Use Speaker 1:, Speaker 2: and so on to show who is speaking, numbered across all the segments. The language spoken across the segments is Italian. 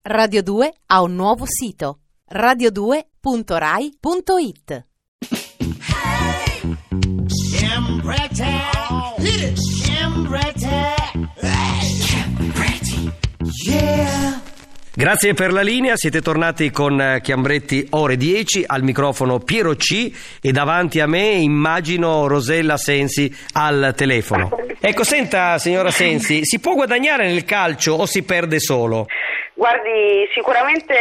Speaker 1: Radio 2 ha un nuovo sito: radio2.rai.it.
Speaker 2: Grazie per la linea, siete tornati con Chiambretti ore 10, al microfono Piero C e davanti a me immagino Rosella Sensi al telefono. Ecco, senta signora Sensi, si può guadagnare nel calcio o si perde solo?
Speaker 3: Guardi, sicuramente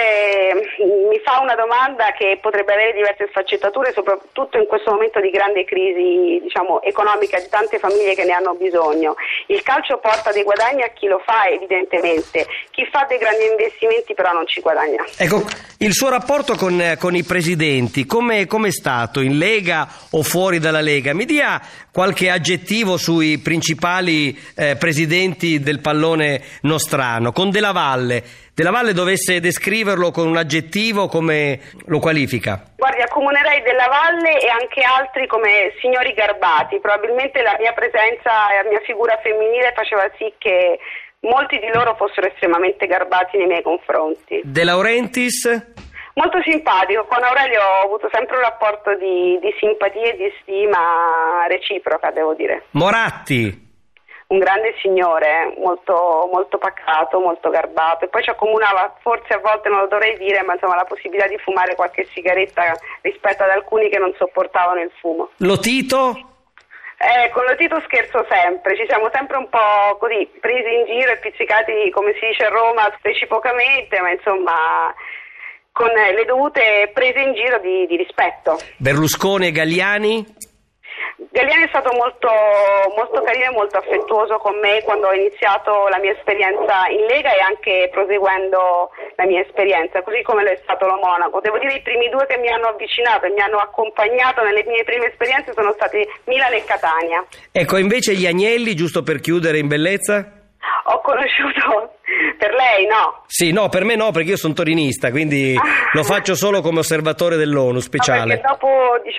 Speaker 3: mi fa una domanda che potrebbe avere diverse sfaccettature, soprattutto in questo momento di grande crisi, economica di tante famiglie che ne hanno bisogno. Il calcio porta dei guadagni a chi lo fa, evidentemente. Chi fa dei grandi investimenti però non ci guadagna. Ecco,
Speaker 2: il suo rapporto con i presidenti, come è stato? In Lega o fuori dalla Lega? Mi dia qualche aggettivo sui principali presidenti del pallone nostrano. Con Della Valle dovesse descriverlo con un aggettivo, come lo qualifica?
Speaker 3: Guardi, accomunerei Della Valle e anche altri come signori garbati. Probabilmente la mia presenza e la mia figura femminile faceva sì che molti di loro fossero estremamente garbati nei miei confronti.
Speaker 2: De Laurentiis?
Speaker 3: Molto simpatico, con Aurelio ho avuto sempre un rapporto di simpatia e di stima reciproca, devo dire.
Speaker 2: Moratti?
Speaker 3: Un grande signore, molto, molto pacato, molto garbato, e poi ci accomunava, forse a volte non lo dovrei dire, ma insomma la possibilità di fumare qualche sigaretta rispetto ad alcuni che non sopportavano il fumo.
Speaker 2: Lotito?
Speaker 3: Con Lotito scherzo sempre, ci siamo sempre un po' così presi in giro e pizzicati, come si dice a Roma, reciprocamente, ma insomma con le dovute prese in giro di rispetto.
Speaker 2: Berlusconi e Galliani?
Speaker 3: Galliani è stato molto, molto carino e molto affettuoso con me quando ho iniziato la mia esperienza in Lega e anche proseguendo la mia esperienza, così come lo è stato lo Monaco. Devo dire i primi due che mi hanno avvicinato e mi hanno accompagnato nelle mie prime esperienze sono stati Milan e Catania.
Speaker 2: Ecco, invece gli Agnelli, giusto per chiudere in bellezza?
Speaker 3: Ho conosciuto, per lei no?
Speaker 2: Sì, no, per me no, perché io sono torinista, quindi lo faccio solo come osservatore dell'ONU speciale.
Speaker 3: Perché dopo,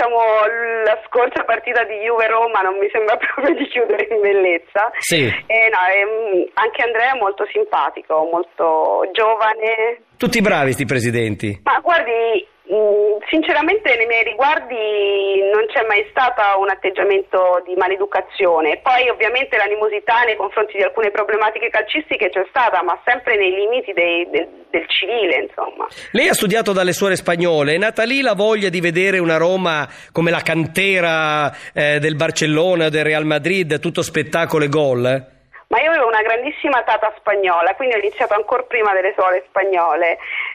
Speaker 3: la scorsa partita di Juve-Roma non mi sembra proprio di chiudere in bellezza.
Speaker 2: Sì.
Speaker 3: Anche Andrea è molto simpatico, molto giovane.
Speaker 2: Tutti bravi sti presidenti.
Speaker 3: Ma guardi, sinceramente nei miei riguardi non c'è mai stato un atteggiamento di maleducazione. Poi ovviamente l'animosità nei confronti di alcune problematiche calcistiche c'è stata, ma sempre nei limiti del civile, insomma.
Speaker 2: Lei ha studiato dalle suore spagnole, è nata lì la voglia di vedere una Roma come la cantera del Barcellona, del Real Madrid, tutto spettacolo e gol?
Speaker 3: Ma io avevo una grandissima tata spagnola, quindi ho iniziato ancora prima delle suore spagnole,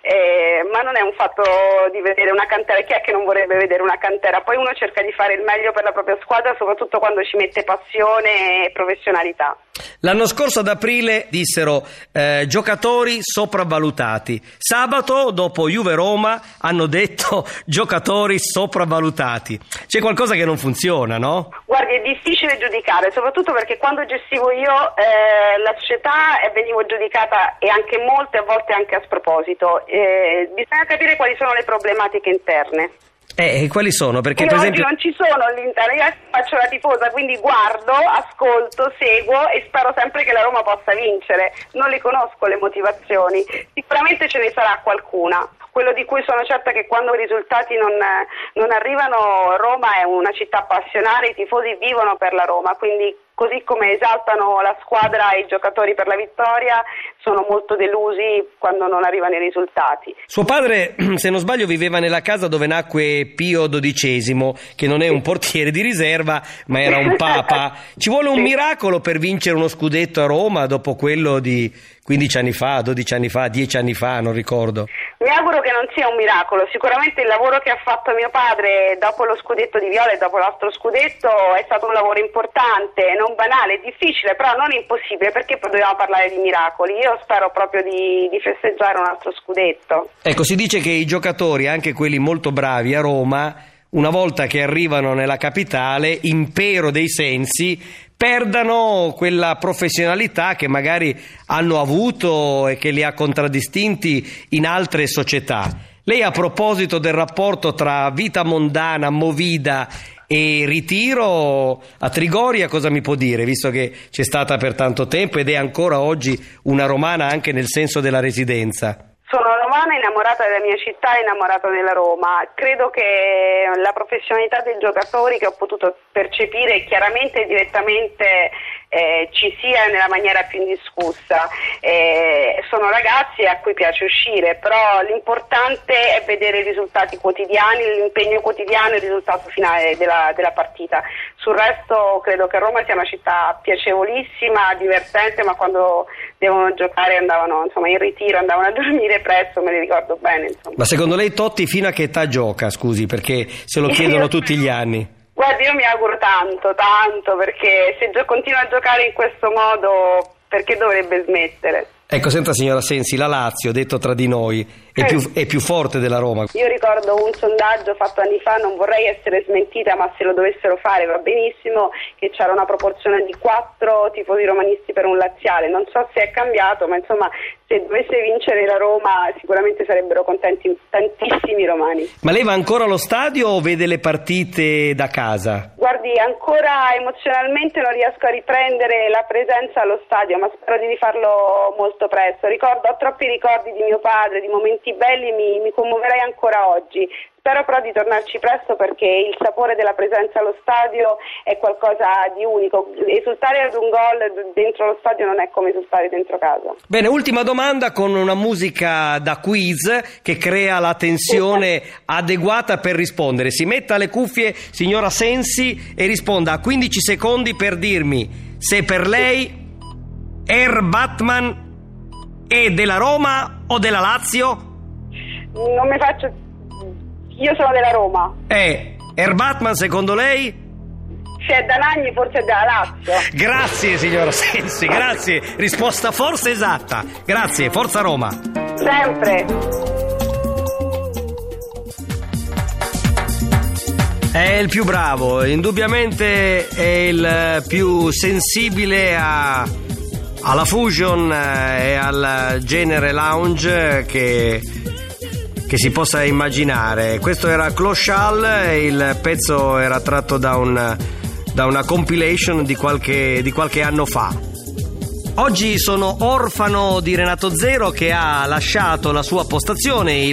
Speaker 3: ma non è un fatto di vedere una cantera. Chi è che non vorrebbe vedere una cantera? Poi uno cerca di fare il meglio per la propria squadra, soprattutto quando ci mette passione e professionalità.
Speaker 2: L'anno scorso ad aprile dissero giocatori sopravvalutati. Sabato, dopo Juve-Roma, hanno detto giocatori sopravvalutati. C'è qualcosa che non funziona, no?
Speaker 3: Guardi, è difficile giudicare, soprattutto perché quando gestivo io la società venivo giudicata, e anche molte volte anche a sproposito. Bisogna capire quali sono le problematiche interne.
Speaker 2: Quali sono? Perché
Speaker 3: io
Speaker 2: per esempio
Speaker 3: oggi non ci sono all'interno, io faccio la tifosa, quindi guardo, ascolto, seguo e spero sempre che la Roma possa vincere. Non le conosco le motivazioni, sicuramente ce ne sarà qualcuna. Quello di cui sono certa è che quando i risultati non arrivano, Roma è una città passionale, i tifosi vivono per la Roma, quindi così come esaltano la squadra e i giocatori per la vittoria, sono molto delusi quando non arrivano i risultati.
Speaker 2: Suo padre, se non sbaglio, viveva nella casa dove nacque Pio XII, che non è un portiere di riserva, ma era un papa. Ci vuole un miracolo per vincere uno scudetto a Roma dopo quello di 15 anni fa, 12 anni fa, 10 anni fa, non ricordo.
Speaker 3: Mi auguro che non sia un miracolo. Sicuramente il lavoro che ha fatto mio padre dopo lo scudetto di Viola e dopo l'altro scudetto è stato un lavoro importante, non banale, difficile, però non impossibile, perché poi dobbiamo parlare di miracoli. Io spero proprio di festeggiare un altro scudetto.
Speaker 2: Ecco, si dice che i giocatori, anche quelli molto bravi a Roma, una volta che arrivano nella capitale, impero dei sensi, perdano quella professionalità che magari hanno avuto e che li ha contraddistinti in altre società. Lei, a proposito del rapporto tra vita mondana, movida e ritiro a Trigoria, cosa mi può dire, visto che c'è stata per tanto tempo ed è ancora oggi una romana anche nel senso della residenza?
Speaker 3: Sono romana, innamorata della mia città, innamorata della Roma. Credo che la professionalità dei giocatori che ho potuto percepire chiaramente e direttamente ci sia nella maniera più indiscussa. Sono ragazzi a cui piace uscire, però l'importante è vedere i risultati quotidiani, l'impegno quotidiano e il risultato finale della partita. Sul resto credo che Roma sia una città piacevolissima, divertente, ma quando devono giocare andavano in ritiro, andavano a dormire presto, me li ricordo bene.
Speaker 2: Ma secondo lei Totti fino a che età gioca, scusi, perché se lo chiedono tutti gli anni?
Speaker 3: Guardi, io mi auguro tanto, perché se continua a giocare in questo modo, perché dovrebbe smettere?
Speaker 2: Ecco, senta signora Sensi, la Lazio, detto tra di noi, è più forte della Roma.
Speaker 3: Io ricordo un sondaggio fatto anni fa, non vorrei essere smentita, ma se lo dovessero fare va benissimo, che c'era una proporzione di 4 tifosi romanisti per un laziale. Non so se è cambiato, ma insomma, se dovesse vincere la Roma sicuramente sarebbero contenti tantissimi romani. Ma
Speaker 2: lei va ancora allo stadio o vede le partite da casa?
Speaker 3: Guardi, ancora emozionalmente non riesco a riprendere la presenza allo stadio, ma spero di rifarlo molto presto. Ho troppi ricordi di mio padre, di momenti belli, mi commuoverei ancora oggi. Spero però di tornarci presto, perché il sapore della presenza allo stadio è qualcosa di unico. Esultare ad un gol dentro lo stadio non è come esultare dentro casa.
Speaker 2: Bene, ultima domanda con una musica da quiz che crea la tensione adeguata per rispondere. Si metta le cuffie, signora Sensi, e risponda a 15 secondi per dirmi se per lei Batman è della Roma o della Lazio?
Speaker 3: Non mi faccio... Io sono della Roma.
Speaker 2: Batman secondo lei?
Speaker 3: Se è da Nagni forse è della Lazio.
Speaker 2: Grazie signora Sensi, grazie. Risposta forse esatta. Grazie, forza Roma.
Speaker 3: Sempre.
Speaker 2: È il più bravo, indubbiamente è il più sensibile alla fusion e al genere lounge che si possa immaginare. Questo era Clochal, il pezzo era tratto da una compilation di qualche anno fa. Oggi sono orfano di Renato Zero, che ha lasciato la sua postazione, i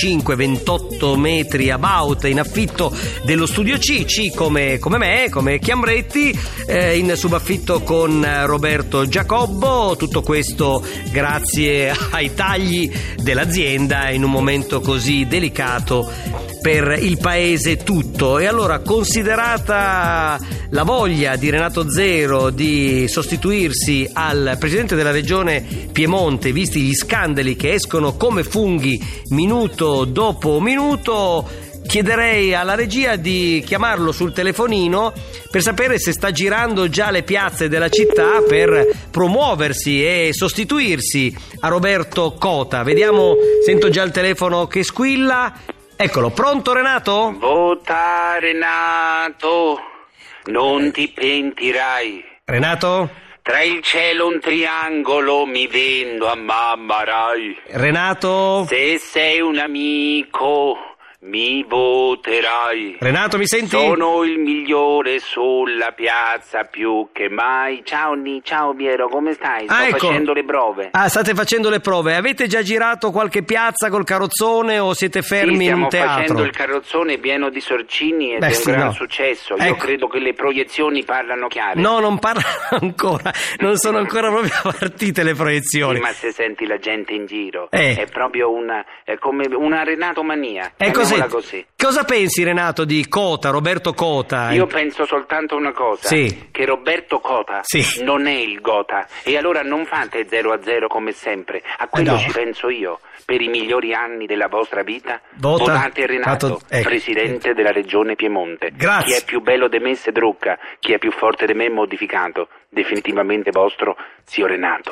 Speaker 2: 25-28 metri about in affitto dello studio C come me, come Chiambretti, in subaffitto con Roberto Giacobbo. Tutto questo grazie ai tagli dell'azienda in un momento così delicato per il paese tutto. E allora, considerata la voglia di Renato Zero di sostituirsi al presidente della regione Piemonte, visti gli scandali che escono come funghi minuto dopo minuto, chiederei alla regia di chiamarlo sul telefonino per sapere se sta girando già le piazze della città per promuoversi e sostituirsi a Roberto Cota. Vediamo, sento già il telefono che squilla. Eccolo, pronto Renato?
Speaker 4: Vota Renato, non ti pentirai.
Speaker 2: Renato?
Speaker 4: Tra il cielo un triangolo mi vendo a mamma Rai.
Speaker 2: Renato?
Speaker 4: Se sei un amico mi voterai.
Speaker 2: Renato, mi senti?
Speaker 4: Sono il migliore sulla piazza più che mai. Ciao ciao Piero, come stai? Sto facendo le prove.
Speaker 2: State facendo le prove. Avete già girato qualche piazza col carrozzone o siete fermi in un teatro?
Speaker 4: Stiamo facendo il carrozzone pieno di sorcini ed è un gran successo. Io credo che le proiezioni parlano chiare.
Speaker 2: No, non parlano ancora. Non sono ancora proprio partite le proiezioni.
Speaker 4: Sì, ma se senti la gente in giro è proprio come una Renato mania.
Speaker 2: È così. Cosa pensi, Renato, di Cota, Roberto Cota?
Speaker 4: Io penso soltanto una cosa, che Roberto Cota non è il Gota, e allora non fate 0-0 come sempre. A quello ci penso io. Per i migliori anni della vostra vita votate Renato, presidente della regione Piemonte.
Speaker 2: Grazie.
Speaker 4: Chi è più bello de me se drucca, chi è più forte de me modificato. Definitivamente vostro zio Renato.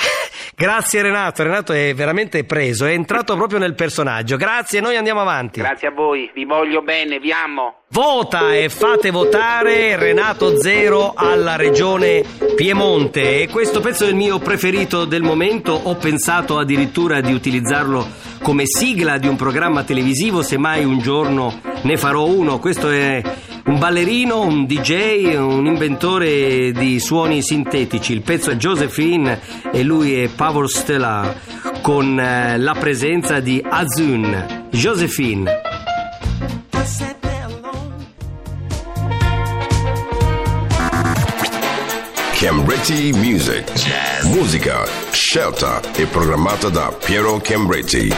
Speaker 2: Grazie Renato è veramente preso, è entrato proprio nel personaggio. Grazie, noi andiamo avanti.
Speaker 4: Grazie a voi, vi voglio bene, vi amo.
Speaker 2: Vota e fate votare Renato Zero alla regione Piemonte. E questo pezzo è il mio preferito del momento. Ho pensato addirittura di utilizzarlo come sigla di un programma televisivo, se mai un giorno ne farò uno. Questo è un ballerino, un DJ, un inventore di suoni sintetici. Il pezzo è Josephine e lui è Pavol Stella. con la presenza di Azun, Josephine.
Speaker 5: Chiambretti Music. Musica scelta e programmata da Piero Chiambretti.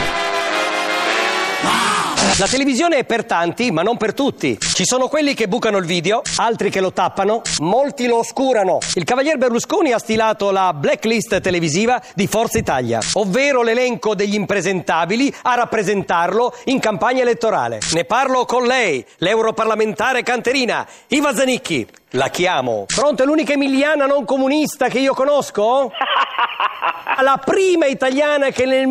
Speaker 2: La televisione è per tanti, ma non per tutti. Ci sono quelli che bucano il video, altri che lo tappano, molti lo oscurano. Il cavalier Berlusconi ha stilato la blacklist televisiva di Forza Italia, ovvero l'elenco degli impresentabili a rappresentarlo in campagna elettorale. Ne parlo con lei, l'europarlamentare canterina, Iva Zanicchi. La chiamo. Pronto, è l'unica emiliana non comunista che io conosco? La prima italiana che nel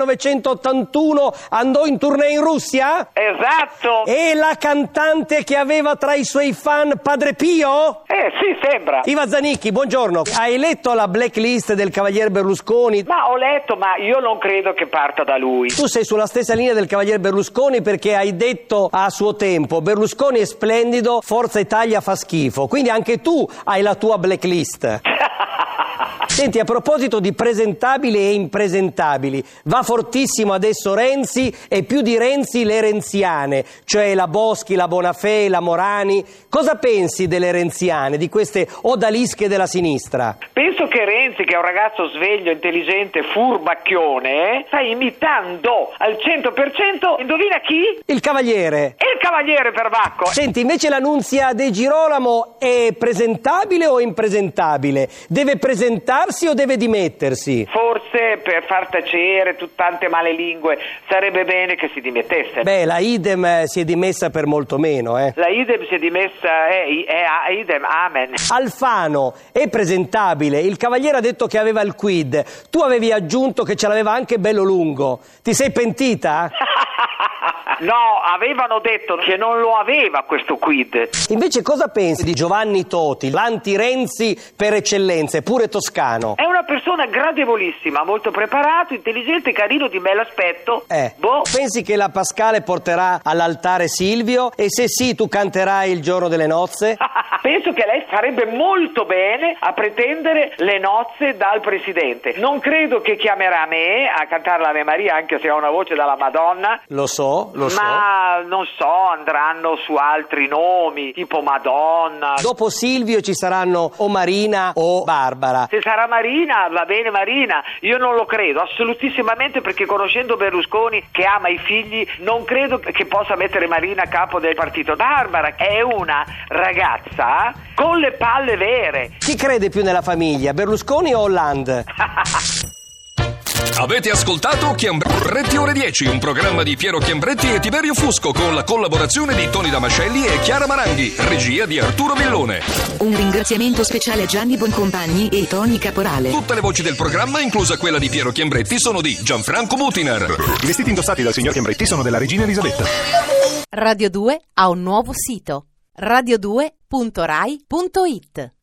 Speaker 2: 1981 andò in tournée in Russia?
Speaker 6: Esatto.
Speaker 2: E la cantante che aveva tra i suoi fan Padre Pio?
Speaker 6: Sì, sembra.
Speaker 2: Iva Zanicchi, buongiorno. Hai letto la blacklist del cavalier Berlusconi?
Speaker 6: Ma ho letto, ma io non credo che parta da lui.
Speaker 2: Tu sei sulla stessa linea del cavalier Berlusconi perché hai detto a suo tempo: Berlusconi è splendido, Forza Italia fa schifo. Quindi anche tu hai la tua blacklist. Senti, a proposito di presentabili e impresentabili, va fortissimo adesso Renzi e più di Renzi le renziane, cioè la Boschi, la Bonafè, la Morani. Cosa pensi delle renziane, di queste odalische della sinistra?
Speaker 6: Penso che Renzi, che è un ragazzo sveglio, intelligente, furbacchione, sta imitando al 100%, indovina chi?
Speaker 2: Il cavaliere.
Speaker 6: Il cavaliere perbacco.
Speaker 2: Senti, invece la Nunzia De Girolamo è presentabile o impresentabile? Deve presentarsi o deve dimettersi?
Speaker 6: Forse per far tacere tante male lingue sarebbe bene che si dimettesse.
Speaker 2: Beh, la Idem si è dimessa per molto meno,
Speaker 6: La Idem si è dimessa, Idem, amen.
Speaker 2: Alfano è presentabile, il cavaliere ha detto che aveva il quid, tu avevi aggiunto che ce l'aveva anche bello lungo, ti sei pentita?
Speaker 6: No, avevano detto che non lo aveva questo quid.
Speaker 2: Invece cosa pensi di Giovanni Toti, l'anti-Renzi per eccellenza, pure toscano?
Speaker 6: È una persona gradevolissima, molto preparato, intelligente, carino, di bell'aspetto.
Speaker 2: Pensi che la Pascale porterà all'altare Silvio? E se sì, tu canterai il giorno delle nozze?
Speaker 6: Penso che lei farebbe molto bene a pretendere le nozze dal presidente. Non credo che chiamerà me a cantare l'Ave Maria, anche se ho una voce dalla Madonna.
Speaker 2: Lo so.
Speaker 6: Ma non so, andranno su altri nomi, tipo Madonna.
Speaker 2: Dopo Silvio ci saranno o Marina o Barbara.
Speaker 6: Se sarà Marina, va bene Marina. Io non lo credo, assolutissimamente, perché conoscendo Berlusconi, che ama i figli, non credo che possa mettere Marina a capo del partito. Barbara è una ragazza con le palle vere.
Speaker 2: Chi crede più nella famiglia, Berlusconi o Hollande?
Speaker 7: Avete ascoltato Chiambretti ore 10, un programma di Piero Chiambretti e Tiberio Fusco con la collaborazione di Toni Damascelli e Chiara Maranghi, regia di Arturo Villone.
Speaker 8: Un ringraziamento speciale a Gianni Boncompagni e Toni Caporale.
Speaker 7: Tutte le voci del programma, inclusa quella di Piero Chiambretti, sono di Gianfranco Mutinar.
Speaker 9: I vestiti indossati dal signor Chiambretti sono della regina Elisabetta.
Speaker 1: Radio 2 ha un nuovo sito: radio2.rai.it.